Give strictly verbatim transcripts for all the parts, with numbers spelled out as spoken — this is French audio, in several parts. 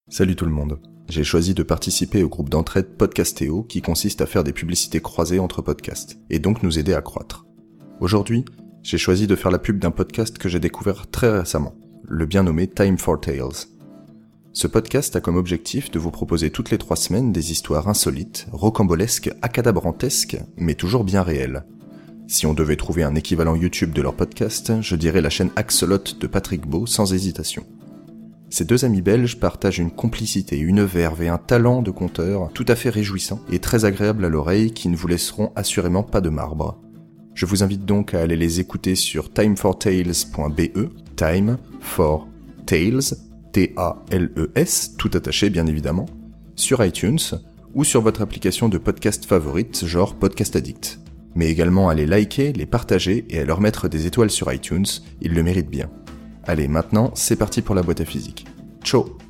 Salut tout le monde. J'ai choisi de participer au groupe d'entraide Podcastéo qui consiste à faire des publicités croisées entre podcasts, et donc nous aider à croître. Aujourd'hui, j'ai choisi de faire la pub d'un podcast que j'ai découvert très récemment, le bien nommé Time for Tales. Ce podcast a comme objectif de vous proposer toutes les trois semaines des histoires insolites, rocambolesques, acadabrantesques, mais toujours bien réelles. Si on devait trouver un équivalent YouTube de leur podcast, je dirais la chaîne Axolot de Patrick Beau sans hésitation. Ces deux amis belges partagent une complicité, une verve et un talent de conteur tout à fait réjouissant et très agréable à l'oreille qui ne vous laisseront assurément pas de marbre. Je vous invite donc à aller les écouter sur time for tales point b e, Time for Tales, T A L E S, tout attaché bien évidemment, sur iTunes ou sur votre application de podcast favorite genre Podcast Addict. Mais également à les liker, les partager et à leur mettre des étoiles sur iTunes, ils le méritent bien. Allez, maintenant, c'est parti pour la boîte à physique. Ciao!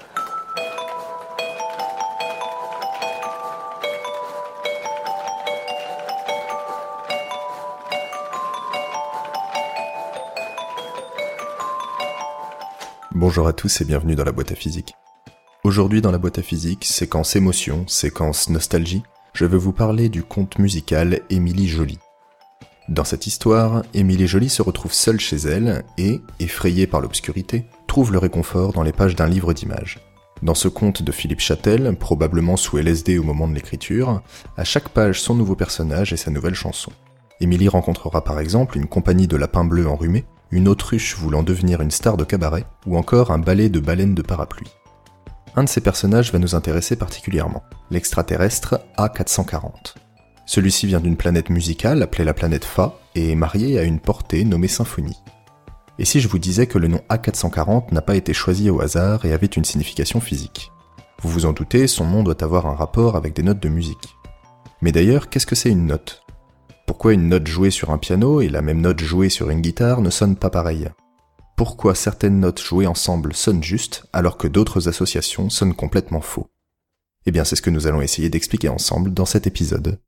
Bonjour à tous et bienvenue dans la boîte à physique. Aujourd'hui dans la boîte à physique, séquence émotion, séquence nostalgie, je vais vous parler du conte musical Émilie Joly. Dans cette histoire, Émilie Joly se retrouve seule chez elle et, effrayée par l'obscurité, trouve le réconfort dans les pages d'un livre d'images. Dans ce conte de Philippe Châtel, probablement sous L S D au moment de l'écriture, à chaque page son nouveau personnage et sa nouvelle chanson. Émilie rencontrera par exemple une compagnie de lapins bleus enrhumés, une autruche voulant devenir une star de cabaret, ou encore un ballet de baleines de parapluie. Un de ces personnages va nous intéresser particulièrement, l'extraterrestre A quatre cent quarante. Celui-ci vient d'une planète musicale appelée la planète Fa et est marié à une portée nommée Symphonie. Et si je vous disais que le nom A quatre cent quarante n'a pas été choisi au hasard et avait une signification physique? Vous vous en doutez, son nom doit avoir un rapport avec des notes de musique. Mais d'ailleurs, qu'est-ce que c'est une note? Pourquoi une note jouée sur un piano et la même note jouée sur une guitare ne sonnent pas pareil? Pourquoi certaines notes jouées ensemble sonnent justes alors que d'autres associations sonnent complètement faux? Eh bien, c'est ce que nous allons essayer d'expliquer ensemble dans cet épisode.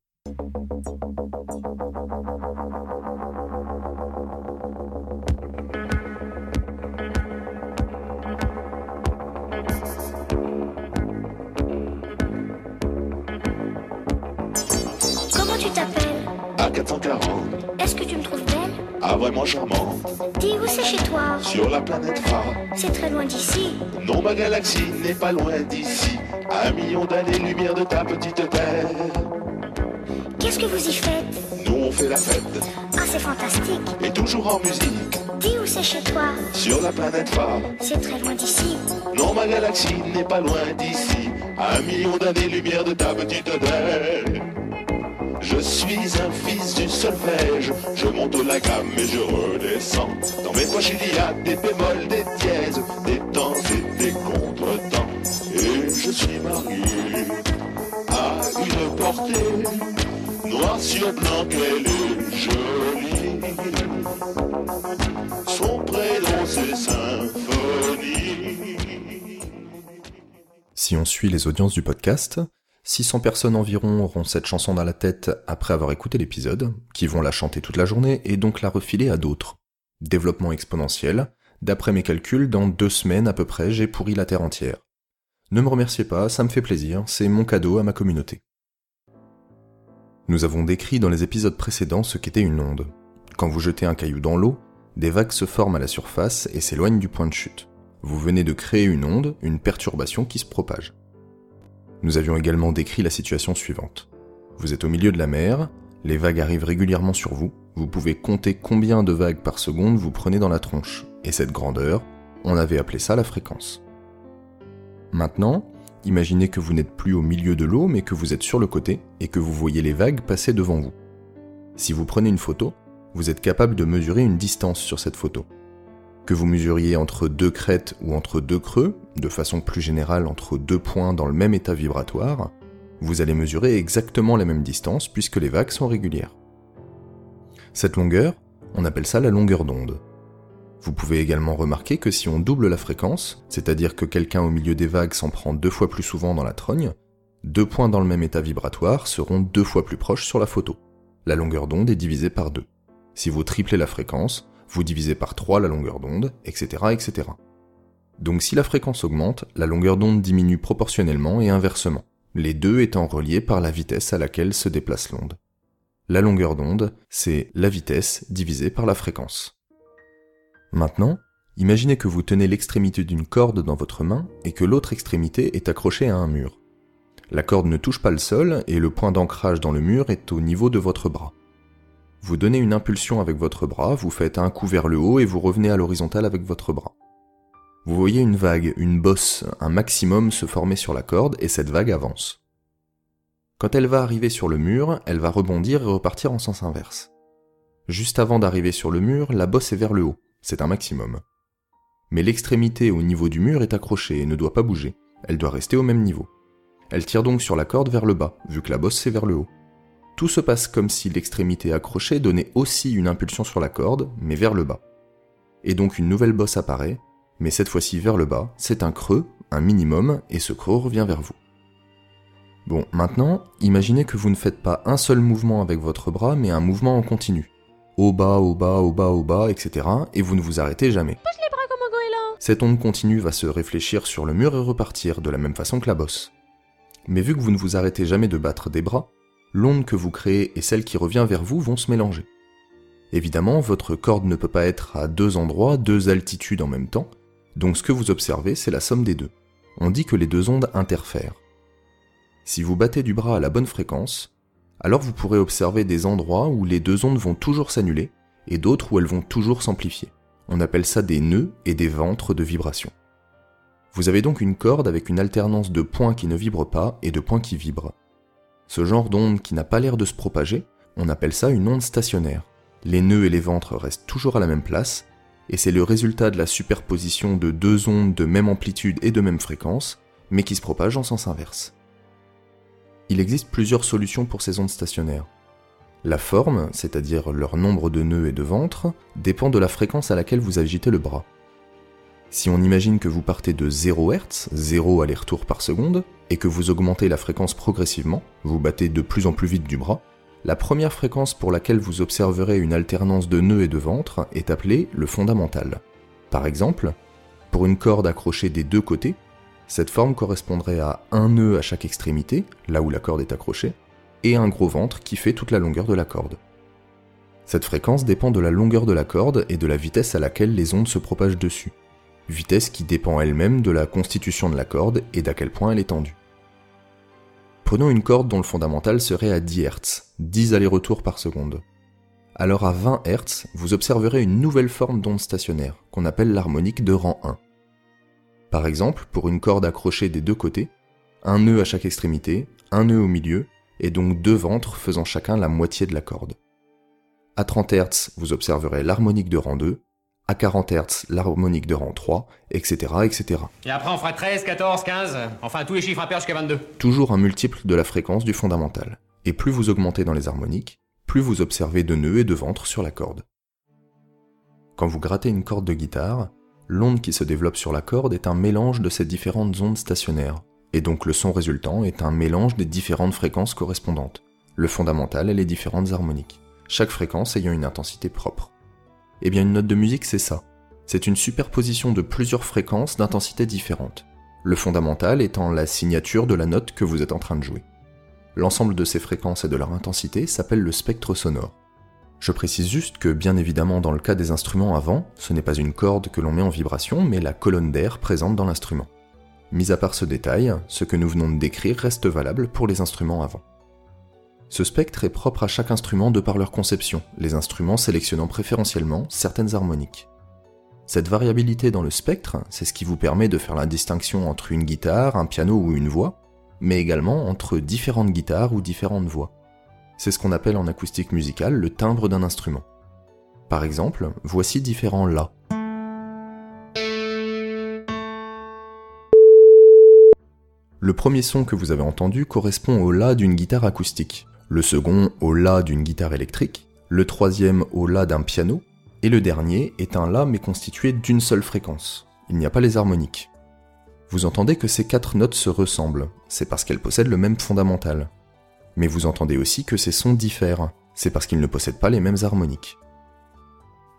Comment tu t'appelles? A quatre cent quarante. Est-ce que tu me trouves belle? Ah, vraiment charmant. Dis, où c'est chez toi? Sur la planète Fa. C'est très loin d'ici. Non, ma galaxie n'est pas loin d'ici. À un million d'années-lumière de ta petite terre. Qu'est-ce que vous y faites? Nous, on fait la fête. Ah, c'est fantastique. Et toujours en musique. Dis, où c'est chez toi? Sur la planète Fa. C'est très loin d'ici. Non, ma galaxie n'est pas loin d'ici. À un million d'années-lumière de ta petite terre. Je suis un fils du solfège, je monte la gamme et je redescends. Dans mes poches il y a des bémols, des dièses, des temps et des contretemps. Et je suis marié à une portée, noir sur blanc qu'elle est jolie. Son prénom c'est Symphonie. Si on suit les audiences du podcast, six cents personnes environ auront cette chanson dans la tête après avoir écouté l'épisode, qui vont la chanter toute la journée et donc la refiler à d'autres. Développement exponentiel, d'après mes calculs, dans deux semaines à peu près, j'ai pourri la Terre entière. Ne me remerciez pas, ça me fait plaisir, c'est mon cadeau à ma communauté. Nous avons décrit dans les épisodes précédents ce qu'était une onde. Quand vous jetez un caillou dans l'eau, des vagues se forment à la surface et s'éloignent du point de chute. Vous venez de créer une onde, une perturbation qui se propage. Nous avions également décrit la situation suivante. Vous êtes au milieu de la mer, les vagues arrivent régulièrement sur vous, vous pouvez compter combien de vagues par seconde vous prenez dans la tronche, et cette grandeur, on avait appelé ça la fréquence. Maintenant, imaginez que vous n'êtes plus au milieu de l'eau, mais que vous êtes sur le côté, et que vous voyez les vagues passer devant vous. Si vous prenez une photo, vous êtes capable de mesurer une distance sur cette photo. Que vous mesuriez entre deux crêtes ou entre deux creux, de façon plus générale entre deux points dans le même état vibratoire, vous allez mesurer exactement la même distance puisque les vagues sont régulières. Cette longueur, on appelle ça la longueur d'onde. Vous pouvez également remarquer que si on double la fréquence, c'est-à-dire que quelqu'un au milieu des vagues s'en prend deux fois plus souvent dans la trogne, deux points dans le même état vibratoire seront deux fois plus proches sur la photo. La longueur d'onde est divisée par deux. Si vous triplez la fréquence, vous divisez par trois la longueur d'onde, et cetera, et cetera. Donc si la fréquence augmente, la longueur d'onde diminue proportionnellement et inversement, les deux étant reliés par la vitesse à laquelle se déplace l'onde. La longueur d'onde, c'est la vitesse divisée par la fréquence. Maintenant, imaginez que vous tenez l'extrémité d'une corde dans votre main et que l'autre extrémité est accrochée à un mur. La corde ne touche pas le sol et le point d'ancrage dans le mur est au niveau de votre bras. Vous donnez une impulsion avec votre bras, vous faites un coup vers le haut et vous revenez à l'horizontale avec votre bras. Vous voyez une vague, une bosse, un maximum se former sur la corde et cette vague avance. Quand elle va arriver sur le mur, elle va rebondir et repartir en sens inverse. Juste avant d'arriver sur le mur, la bosse est vers le haut, c'est un maximum. Mais l'extrémité au niveau du mur est accrochée et ne doit pas bouger, elle doit rester au même niveau. Elle tire donc sur la corde vers le bas, vu que la bosse c'est vers le haut. Tout se passe comme si l'extrémité accrochée donnait aussi une impulsion sur la corde, mais vers le bas. Et donc une nouvelle bosse apparaît, mais cette fois-ci vers le bas, c'est un creux, un minimum, et ce creux revient vers vous. Bon, maintenant, imaginez que vous ne faites pas un seul mouvement avec votre bras, mais un mouvement en continu. Au bas, au bas, au bas, au bas, et cetera, et vous ne vous arrêtez jamais. Pousse les bras comme un goéland. Cette onde continue va se réfléchir sur le mur et repartir, de la même façon que la bosse. Mais vu que vous ne vous arrêtez jamais de battre des bras, l'onde que vous créez et celle qui revient vers vous vont se mélanger. Évidemment, votre corde ne peut pas être à deux endroits, deux altitudes en même temps, donc ce que vous observez, c'est la somme des deux. On dit que les deux ondes interfèrent. Si vous battez du bras à la bonne fréquence, alors vous pourrez observer des endroits où les deux ondes vont toujours s'annuler, et d'autres où elles vont toujours s'amplifier. On appelle ça des nœuds et des ventres de vibration. Vous avez donc une corde avec une alternance de points qui ne vibrent pas et de points qui vibrent. Ce genre d'onde qui n'a pas l'air de se propager, on appelle ça une onde stationnaire. Les nœuds et les ventres restent toujours à la même place, et c'est le résultat de la superposition de deux ondes de même amplitude et de même fréquence, mais qui se propagent en sens inverse. Il existe plusieurs solutions pour ces ondes stationnaires. La forme, c'est-à-dire leur nombre de nœuds et de ventres, dépend de la fréquence à laquelle vous agitez le bras. Si on imagine que vous partez de zéro hertz, zéro aller-retour par seconde, et que vous augmentez la fréquence progressivement, vous battez de plus en plus vite du bras, la première fréquence pour laquelle vous observerez une alternance de nœuds et de ventres est appelée le fondamental. Par exemple, pour une corde accrochée des deux côtés, cette forme correspondrait à un nœud à chaque extrémité, là où la corde est accrochée, et un gros ventre qui fait toute la longueur de la corde. Cette fréquence dépend de la longueur de la corde et de la vitesse à laquelle les ondes se propagent dessus, vitesse qui dépend elle-même de la constitution de la corde et d'à quel point elle est tendue. Prenons une corde dont le fondamental serait à dix hertz, dix allers-retours par seconde. Alors à vingt hertz, vous observerez une nouvelle forme d'onde stationnaire, qu'on appelle l'harmonique de rang un. Par exemple, pour une corde accrochée des deux côtés, un nœud à chaque extrémité, un nœud au milieu, et donc deux ventres faisant chacun la moitié de la corde. À trente hertz, vous observerez l'harmonique de rang deux, à quarante hertz, l'harmonique de rang trois, et cetera, et cetera. Et après on fera treize, quatorze, quinze, enfin tous les chiffres impairs jusqu'à vingt-deux. Toujours un multiple de la fréquence du fondamental. Et plus vous augmentez dans les harmoniques, plus vous observez de nœuds et de ventres sur la corde. Quand vous grattez une corde de guitare, l'onde qui se développe sur la corde est un mélange de ces différentes ondes stationnaires, et donc le son résultant est un mélange des différentes fréquences correspondantes, le fondamental et les différentes harmoniques, chaque fréquence ayant une intensité propre. Eh bien une note de musique c'est ça, c'est une superposition de plusieurs fréquences d'intensités différentes, le fondamental étant la signature de la note que vous êtes en train de jouer. L'ensemble de ces fréquences et de leur intensité s'appelle le spectre sonore. Je précise juste que, bien évidemment, dans le cas des instruments à vent, ce n'est pas une corde que l'on met en vibration, mais la colonne d'air présente dans l'instrument. Mis à part ce détail, ce que nous venons de décrire reste valable pour les instruments à vent. Ce spectre est propre à chaque instrument de par leur conception, les instruments sélectionnant préférentiellement certaines harmoniques. Cette variabilité dans le spectre, c'est ce qui vous permet de faire la distinction entre une guitare, un piano ou une voix, mais également entre différentes guitares ou différentes voix. C'est ce qu'on appelle en acoustique musicale le timbre d'un instrument. Par exemple, voici différents La. Le premier son que vous avez entendu correspond au La d'une guitare acoustique, le second au La d'une guitare électrique, le troisième au La d'un piano, et le dernier est un La mais constitué d'une seule fréquence. Il n'y a pas les harmoniques. Vous entendez que ces quatre notes se ressemblent, c'est parce qu'elles possèdent le même fondamental. Mais vous entendez aussi que ces sons diffèrent, c'est parce qu'ils ne possèdent pas les mêmes harmoniques.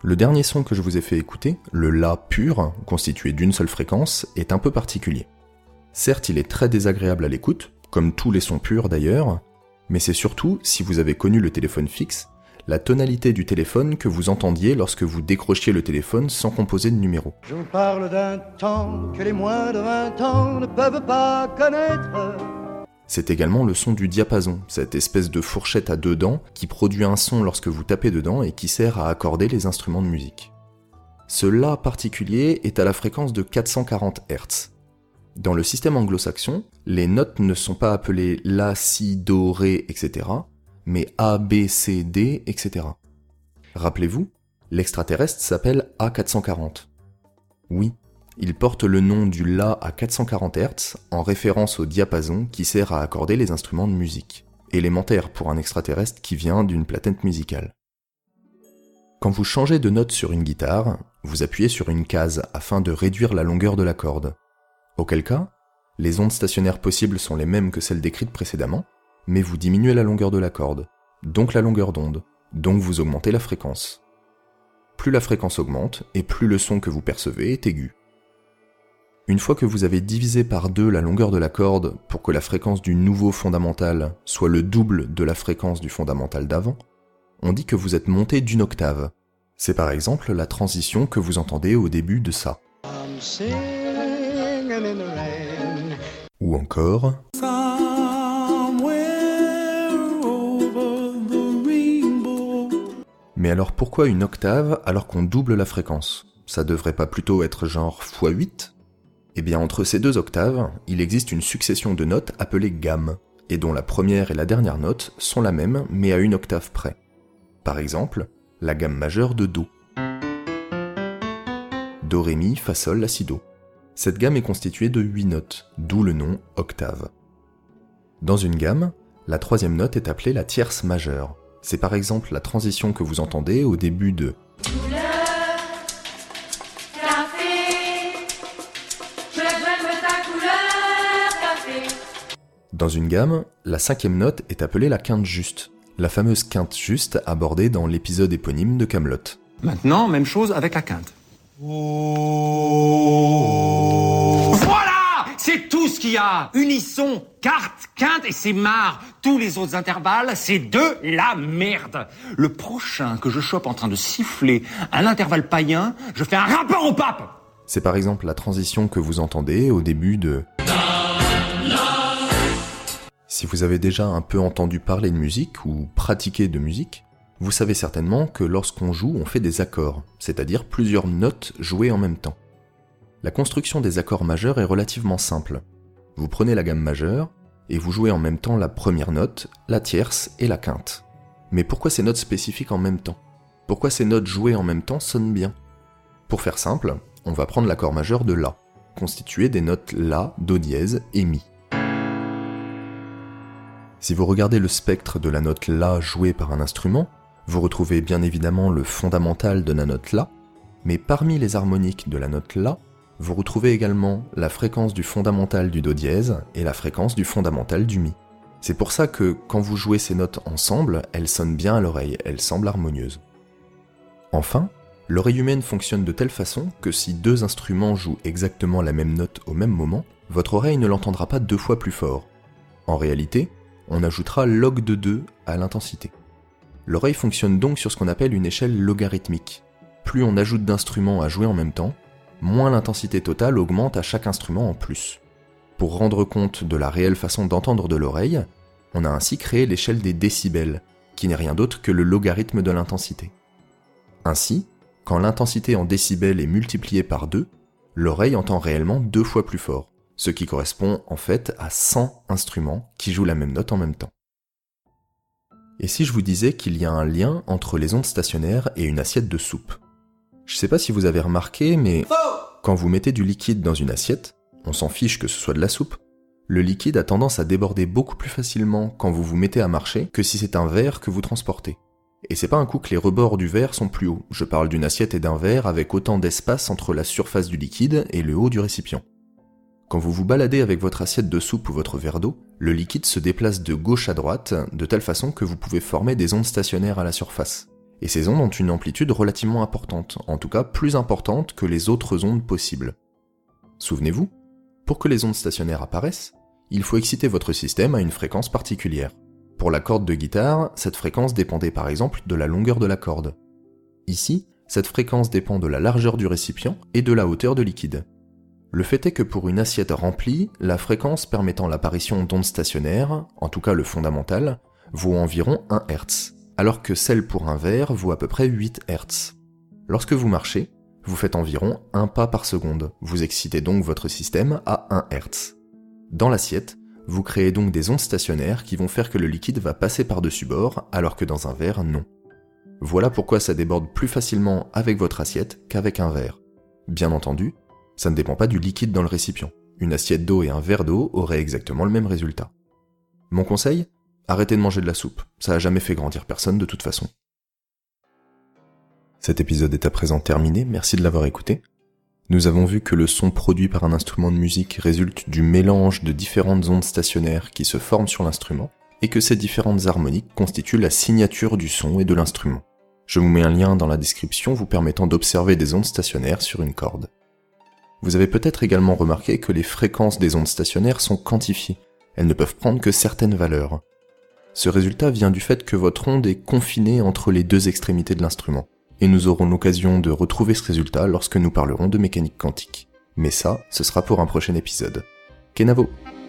Le dernier son que je vous ai fait écouter, le La pur, constitué d'une seule fréquence, est un peu particulier. Certes, il est très désagréable à l'écoute, comme tous les sons purs d'ailleurs, mais c'est surtout, si vous avez connu le téléphone fixe, la tonalité du téléphone que vous entendiez lorsque vous décrochiez le téléphone sans composer de numéro. Je vous parle d'un temps que les moins de vingt ans ne peuvent pas connaître. C'est également le son du diapason, cette espèce de fourchette à deux dents qui produit un son lorsque vous tapez dedans et qui sert à accorder les instruments de musique. Ce La particulier est à la fréquence de quatre cent quarante hertz. Dans le système anglo-saxon, les notes ne sont pas appelées La, Si, Do, Ré, et cetera, mais A, B, C, D, et cetera. Rappelez-vous, l'extraterrestre s'appelle A quatre cent quarante. Oui, il porte le nom du La à quatre cent quarante hertz en référence au diapason qui sert à accorder les instruments de musique, élémentaire pour un extraterrestre qui vient d'une planète musicale. Quand vous changez de note sur une guitare, vous appuyez sur une case afin de réduire la longueur de la corde. Auquel cas, les ondes stationnaires possibles sont les mêmes que celles décrites précédemment, mais vous diminuez la longueur de la corde, donc la longueur d'onde, donc vous augmentez la fréquence. Plus la fréquence augmente, et plus le son que vous percevez est aigu. Une fois que vous avez divisé par deux la longueur de la corde pour que la fréquence du nouveau fondamental soit le double de la fréquence du fondamental d'avant, on dit que vous êtes monté d'une octave. C'est par exemple la transition que vous entendez au début de ça. Ou encore... Mais alors pourquoi une octave alors qu'on double la fréquence ? Ça devrait pas plutôt être genre fois huit ? Eh bien entre ces deux octaves, il existe une succession de notes appelées gammes, et dont la première et la dernière note sont la même mais à une octave près. Par exemple, la gamme majeure de Do. Do, Ré, Mi, Fa, Sol, La, Si, Do. Cette gamme est constituée de huit notes, d'où le nom octave. Dans une gamme, la troisième note est appelée la tierce majeure. C'est par exemple la transition que vous entendez au début de Couleur, café, je veux ta couleur, café. Dans une gamme, la cinquième note est appelée la quinte juste, la fameuse quinte juste abordée dans l'épisode éponyme de Kaamelott. Maintenant, même chose avec la quinte. Voilà! C'est tout ce qu'il y a! Unisson, quarte, quinte et c'est marre. Tous les autres intervalles, c'est de la merde. Le prochain que je chope en train de siffler un intervalle païen, je fais un rapport au pape! C'est par exemple la transition que vous entendez au début de... Si vous avez déjà un peu entendu parler de musique ou pratiqué de musique, vous savez certainement que lorsqu'on joue, on fait des accords, c'est-à-dire plusieurs notes jouées en même temps. La construction des accords majeurs est relativement simple. Vous prenez la gamme majeure, et vous jouez en même temps la première note, la tierce et la quinte. Mais pourquoi ces notes spécifiques en même temps ? Pourquoi ces notes jouées en même temps sonnent bien ? Pour faire simple, on va prendre l'accord majeur de La, constitué des notes La, Do dièse et Mi. Si vous regardez le spectre de la note La jouée par un instrument, vous retrouvez bien évidemment le fondamental de la note La, mais parmi les harmoniques de la note La, vous retrouvez également la fréquence du fondamental du Do dièse et la fréquence du fondamental du Mi. C'est pour ça que quand vous jouez ces notes ensemble, elles sonnent bien à l'oreille, elles semblent harmonieuses. Enfin, l'oreille humaine fonctionne de telle façon que si deux instruments jouent exactement la même note au même moment, votre oreille ne l'entendra pas deux fois plus fort. En réalité, on ajoutera log de deux à l'intensité. L'oreille fonctionne donc sur ce qu'on appelle une échelle logarithmique. Plus on ajoute d'instruments à jouer en même temps, moins l'intensité totale augmente à chaque instrument en plus. Pour rendre compte de la réelle façon d'entendre de l'oreille, on a ainsi créé l'échelle des décibels, qui n'est rien d'autre que le logarithme de l'intensité. Ainsi, quand l'intensité en décibels est multipliée par deux, l'oreille entend réellement deux fois plus fort, ce qui correspond en fait à cent instruments qui jouent la même note en même temps. Et si je vous disais qu'il y a un lien entre les ondes stationnaires et une assiette de soupe ? Je sais pas si vous avez remarqué, mais quand vous mettez du liquide dans une assiette, on s'en fiche que ce soit de la soupe, le liquide a tendance à déborder beaucoup plus facilement quand vous vous mettez à marcher que si c'est un verre que vous transportez. Et c'est pas un coup que les rebords du verre sont plus hauts, je parle d'une assiette et d'un verre avec autant d'espace entre la surface du liquide et le haut du récipient. Quand vous vous baladez avec votre assiette de soupe ou votre verre d'eau, le liquide se déplace de gauche à droite de telle façon que vous pouvez former des ondes stationnaires à la surface. et ces ondes ont une amplitude relativement importante, en tout cas plus importante que les autres ondes possibles. Souvenez-vous, pour que les ondes stationnaires apparaissent, il faut exciter votre système à une fréquence particulière. Pour la corde de guitare, cette fréquence dépendait par exemple de la longueur de la corde. Ici, cette fréquence dépend de la largeur du récipient et de la hauteur de liquide. Le fait est que pour une assiette remplie, la fréquence permettant l'apparition d'ondes stationnaires, en tout cas le fondamental, vaut environ un hertz, alors que celle pour un verre vaut à peu près huit hertz. Lorsque vous marchez, vous faites environ un pas par seconde, vous excitez donc votre système à un hertz. Dans l'assiette, vous créez donc des ondes stationnaires qui vont faire que le liquide va passer par-dessus bord, alors que dans un verre, non. Voilà pourquoi ça déborde plus facilement avec votre assiette qu'avec un verre. Bien entendu, ça ne dépend pas du liquide dans le récipient. Une assiette d'eau et un verre d'eau auraient exactement le même résultat. Mon conseil ? Arrêtez de manger de la soupe, ça a jamais fait grandir personne de toute façon. Cet épisode est à présent terminé, merci de l'avoir écouté. Nous avons vu que le son produit par un instrument de musique résulte du mélange de différentes ondes stationnaires qui se forment sur l'instrument, et que ces différentes harmoniques constituent la signature du son et de l'instrument. Je vous mets un lien dans la description vous permettant d'observer des ondes stationnaires sur une corde. Vous avez peut-être également remarqué que les fréquences des ondes stationnaires sont quantifiées, elles ne peuvent prendre que certaines valeurs. Ce résultat vient du fait que votre onde est confinée entre les deux extrémités de l'instrument, et nous aurons l'occasion de retrouver ce résultat lorsque nous parlerons de mécanique quantique. Mais ça, ce sera pour un prochain épisode. Kenavo!